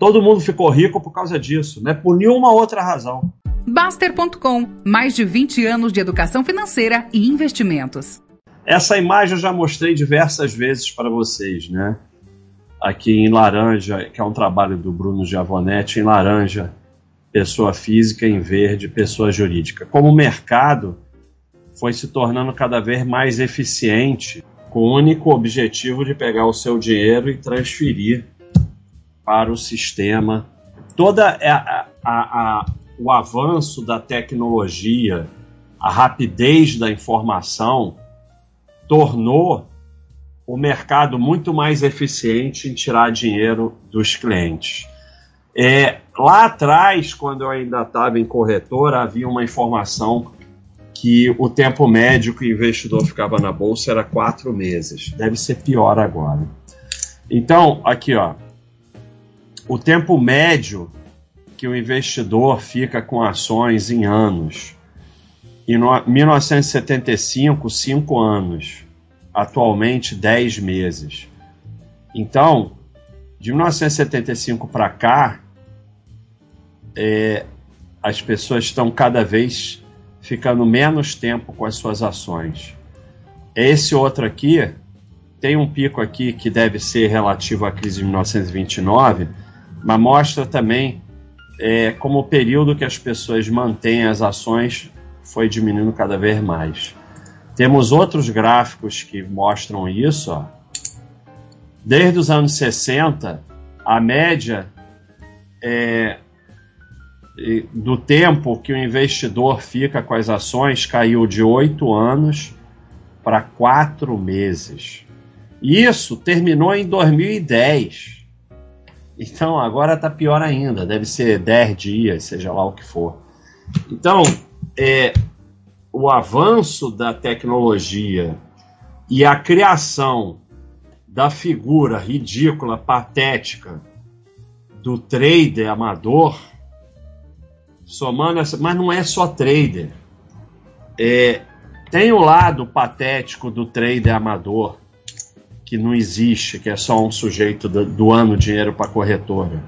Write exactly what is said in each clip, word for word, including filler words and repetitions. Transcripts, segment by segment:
Todo mundo ficou rico por causa disso, não é por nenhuma outra razão. Baster ponto com, mais de vinte anos de educação financeira e investimentos. Essa imagem eu já mostrei diversas vezes para vocês, né? Aqui em laranja, que é um trabalho do Bruno Giavonetti, em laranja, pessoa física, em verde, pessoa jurídica. Como o mercado foi se tornando cada vez mais eficiente, com o único objetivo de pegar o seu dinheiro e transferir para o sistema. Toda a, a, a, o avanço da tecnologia, a rapidez da informação, tornou o mercado muito mais eficiente em tirar dinheiro dos clientes. É, lá atrás, quando eu ainda estava em corretora, havia uma informação que o tempo médio que o investidor ficava na bolsa era quatro meses. Deve ser pior agora. Então, aqui, ó, o tempo médio que o investidor fica com ações em anos. Em mil novecentos e setenta e cinco, cinco anos. Atualmente, dez meses. Então, de mil novecentos e setenta e cinco para cá, é, as pessoas estão cada vez ficando menos tempo com as suas ações. Esse outro aqui, tem um pico aqui que deve ser relativo à crise de mil novecentos e vinte e nove, mas mostra também é, como o período que as pessoas mantêm as ações foi diminuindo cada vez mais. Temos outros gráficos que mostram isso. Ó. Desde os anos sessenta, a média é, do tempo que o investidor fica com as ações caiu de oito anos para quatro meses. Isso terminou em dois mil e dez. Então agora está pior ainda, deve ser dez dias, seja lá o que for. Então, é, o avanço da tecnologia e a criação da figura ridícula, patética do trader amador, somando essa, mas não é só trader. É, tem o lado patético do trader amador, que não existe, que é só um sujeito do, doando dinheiro para a corretora.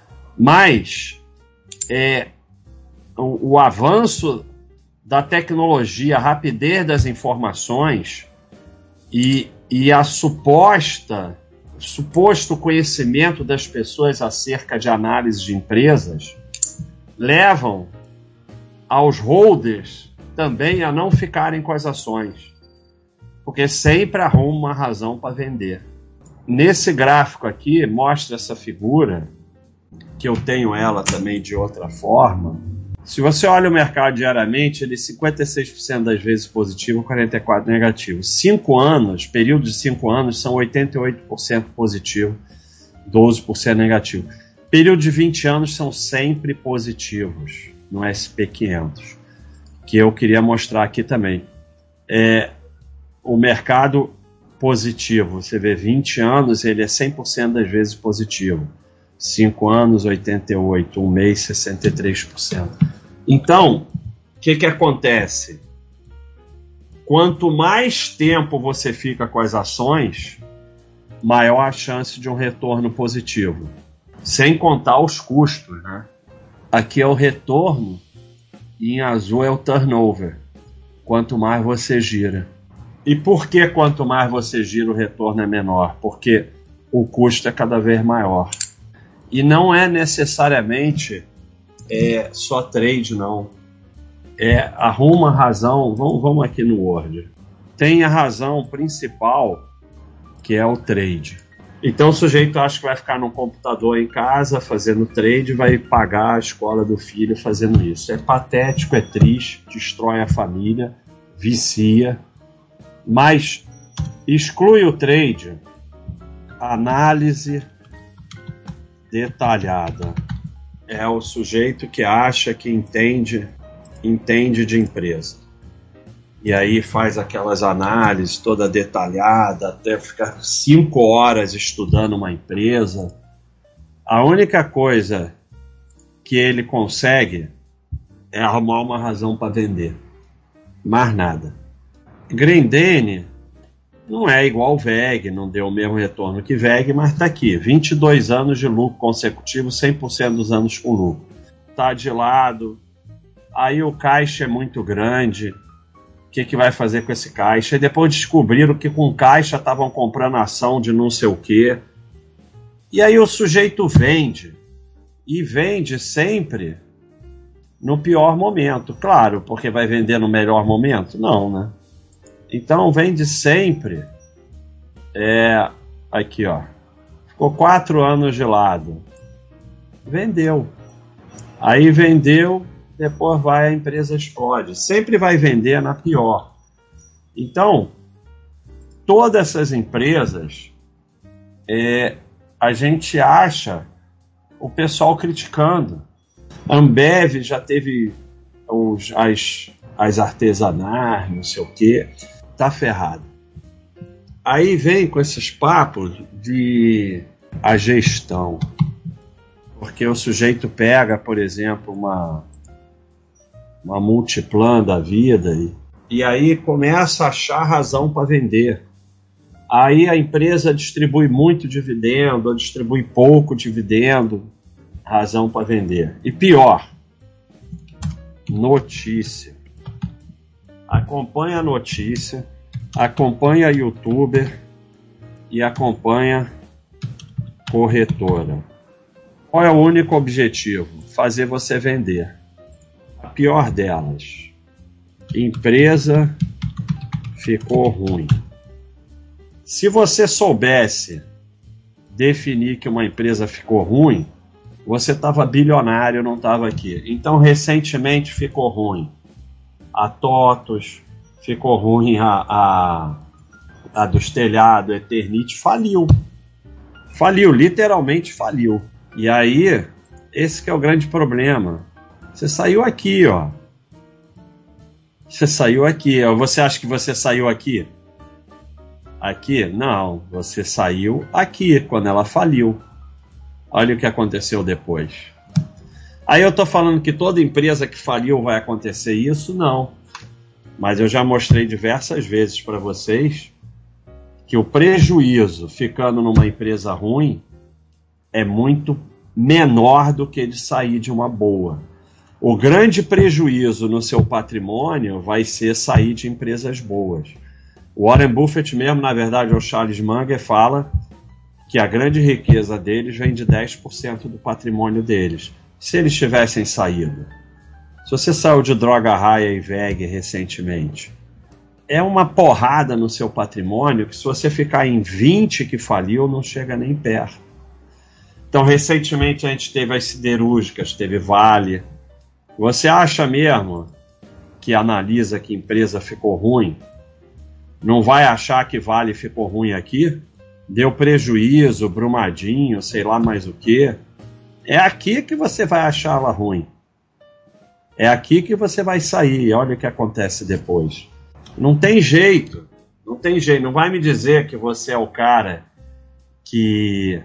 Mas é, o, o avanço da tecnologia, a rapidez das informações e, e a suposta suposto conhecimento das pessoas acerca de análise de empresas levam aos holders também a não ficarem com as ações, porque sempre arruma uma razão para vender. Nesse gráfico aqui mostra essa figura, que eu tenho ela também de outra forma. Se você olha o mercado diariamente, ele é cinquenta e seis por cento das vezes positivo, quarenta e quatro por cento negativo. Cinco anos, período de cinco anos, são oitenta e oito por cento positivo, doze por cento negativo. Período de vinte anos são sempre positivos no S P quinhentos, que eu queria mostrar aqui também. É, o mercado positivo, você vê vinte anos, ele é cem por cento das vezes positivo. cinco anos, oitenta e oito por cento, um mês, sessenta e três por cento. Então, o que, que acontece? Quanto mais tempo você fica com as ações, maior a chance de um retorno positivo. Sem contar os custos, né? Aqui é o retorno e em azul é o turnover. Quanto mais você gira. E por que quanto mais você gira o retorno é menor? Porque o custo é cada vez maior. E não é necessariamente é, só trade, não. É, arruma a razão, vamos, vamos aqui no Word. Tem a razão principal, que é o trade. Então o sujeito acha que vai ficar no computador em casa fazendo trade e vai pagar a escola do filho fazendo isso. É patético, é triste, destrói a família, vicia. Mas exclui o trade, análise detalhada. É o sujeito que acha que entende, entende de empresa. E aí faz aquelas análises toda detalhada, até ficar cinco horas estudando uma empresa. A única coisa que ele consegue é arrumar uma razão para vender. Mais nada. Grendene Não é igual o V E G, não deu o mesmo retorno que V E G, mas está aqui, vinte e dois anos de lucro consecutivo, cem por cento dos anos com lucro. Está de lado, aí o caixa é muito grande, o que, que vai fazer com esse caixa? E depois descobriram que com caixa estavam comprando ação de não sei o quê. E aí o sujeito vende, e vende sempre no pior momento. Claro, porque vai vender no melhor momento? Não, né? Então vende sempre, é, aqui ó, ficou quatro anos de lado, vendeu, aí vendeu, depois vai a empresa explode, sempre vai vender na pior. Então, todas essas empresas, é, a gente acha o pessoal criticando. A Ambev já teve os, as, as artesanais, não sei o quê. Tá ferrado. Aí vem com esses papos de a gestão. Porque o sujeito pega, por exemplo, uma, uma Multiplan da vida e, e aí começa a achar razão para vender. Aí a empresa distribui muito dividendo, ou distribui pouco dividendo, razão para vender. E pior, notícia. Acompanha a notícia, acompanha youtuber e acompanha corretora. Qual é o único objetivo? Fazer você vender. A pior delas, empresa ficou ruim. Se você soubesse definir que uma empresa ficou ruim, você estava bilionário, não estava aqui. Então, recentemente ficou ruim a TOTUS, ficou ruim a, a, a dos telhados, a Eternit, faliu. Faliu, literalmente faliu. E aí, esse que é o grande problema. Você saiu aqui, ó. Você saiu aqui. Você acha que você saiu aqui? Aqui? Não, você saiu aqui, quando ela faliu. Olha o que aconteceu depois. Aí eu tô falando que toda empresa que faliu vai acontecer isso? Não. Mas eu já mostrei diversas vezes para vocês que o prejuízo ficando numa empresa ruim é muito menor do que de sair de uma boa. O grande prejuízo no seu patrimônio vai ser sair de empresas boas. O Warren Buffett mesmo, na verdade, o Charles Munger fala que a grande riqueza deles vem de dez por cento do patrimônio deles. Se eles tivessem saído. Se você saiu de droga raia e V E G recentemente, é uma porrada no seu patrimônio que se você ficar em vinte que faliu, não chega nem perto. Então, recentemente a gente teve as siderúrgicas, teve Vale. Você acha mesmo que analisa que empresa ficou ruim? Não vai achar que Vale ficou ruim aqui? Deu prejuízo, Brumadinho, sei lá mais o quê. É aqui que você vai achar ela ruim. É aqui que você vai sair. Olha o que acontece depois. Não tem jeito. Não tem jeito. Não vai me dizer que você é o cara que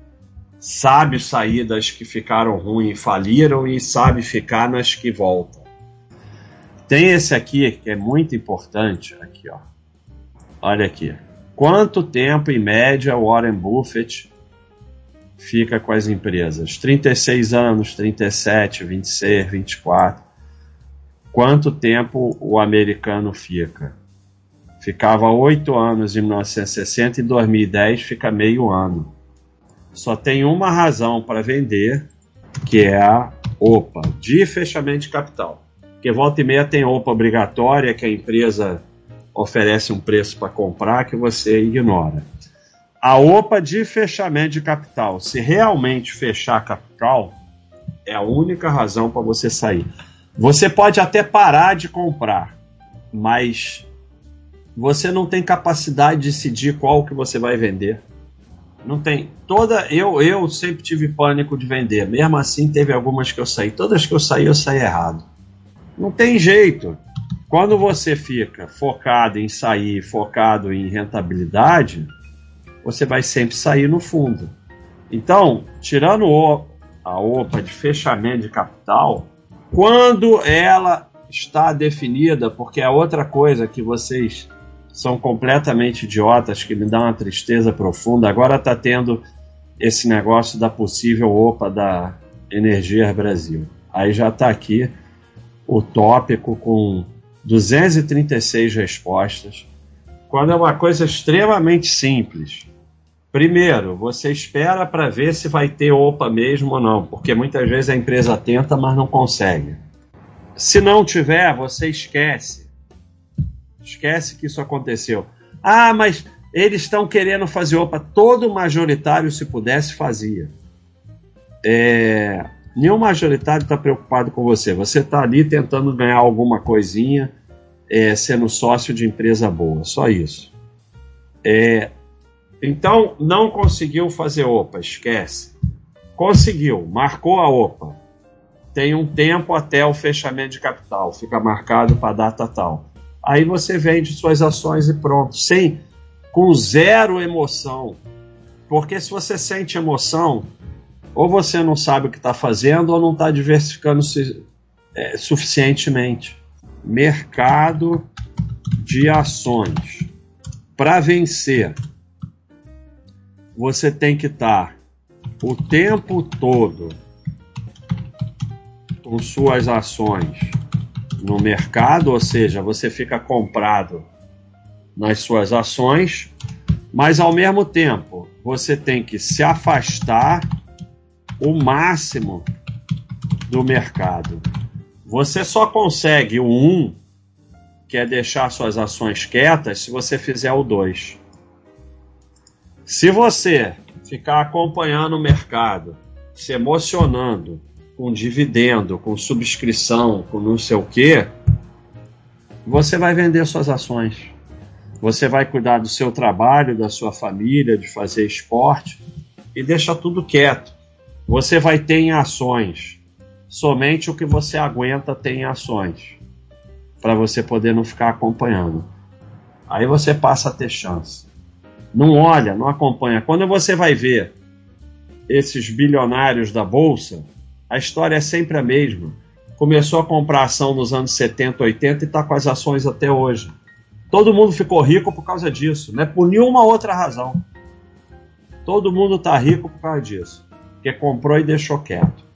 sabe sair das que ficaram ruins e faliram e sabe ficar nas que voltam. Tem esse aqui que é muito importante. Aqui, ó. Olha aqui. Quanto tempo, em média, o Warren Buffett fica com as empresas? trinta e seis anos, trinta e sete, vinte e seis, vinte e quatro. Quanto tempo o americano fica? Ficava oito anos em mil novecentos e sessenta e em dois mil e dez fica meio ano. Só tem uma razão para vender, que é a O P A, de fechamento de capital. Porque volta e meia tem O P A obrigatória, que a empresa oferece um preço para comprar que você ignora. A O P A de fechamento de capital, se realmente fechar capital, é a única razão para você sair. Você pode até parar de comprar, mas você não tem capacidade de decidir qual que você vai vender. Não tem. Toda, eu, eu sempre tive pânico de vender. Mesmo assim, teve algumas que eu saí. Todas que eu saí, eu saí errado. Não tem jeito. Quando você fica focado em sair, focado em rentabilidade, você vai sempre sair no fundo. Então, tirando o, a O P A de fechamento de capital, quando ela está definida, porque é outra coisa que vocês são completamente idiotas, que me dão uma tristeza profunda. Agora está tendo esse negócio da possível OPA da Energias Brasil. Aí já está aqui o tópico com duzentas e trinta e seis respostas, quando é uma coisa extremamente simples. Primeiro, você espera para ver se vai ter OPA mesmo ou não, porque muitas vezes a empresa tenta, mas não consegue. Se não tiver, você esquece. Esquece que isso aconteceu. Ah, mas eles estão querendo fazer OPA. Todo majoritário, se pudesse, fazia. É... Nenhum majoritário está preocupado com você. Você está ali tentando ganhar alguma coisinha, é, sendo sócio de empresa boa. Só isso. É... Então, não conseguiu fazer OPA, esquece. Conseguiu, marcou a OPA. Tem um tempo até o fechamento de capital, fica marcado para a data tal. Aí você vende suas ações e pronto, sem, com zero emoção. Porque se você sente emoção, ou você não sabe o que está fazendo, ou não está diversificando é, suficientemente. Mercado de ações. Para vencer, você tem que estar o tempo todo com suas ações no mercado, ou seja, você fica comprado nas suas ações, mas ao mesmo tempo você tem que se afastar o máximo do mercado. Você só consegue o um, que é deixar suas ações quietas, se você fizer o dois. Se você ficar acompanhando o mercado, se emocionando com dividendo, com subscrição, com não sei o quê, você vai vender suas ações. Você vai cuidar do seu trabalho, da sua família, de fazer esporte e deixa tudo quieto. Você vai ter em ações somente o que você aguenta ter em ações, para você poder não ficar acompanhando. Aí você passa a ter chance. Não olha, não acompanha. Quando você vai ver esses bilionários da Bolsa, a história é sempre a mesma. Começou a comprar ação nos anos setenta, oitenta e está com as ações até hoje. Todo mundo ficou rico por causa disso, não é por nenhuma outra razão. Todo mundo está rico por causa disso, porque comprou e deixou quieto.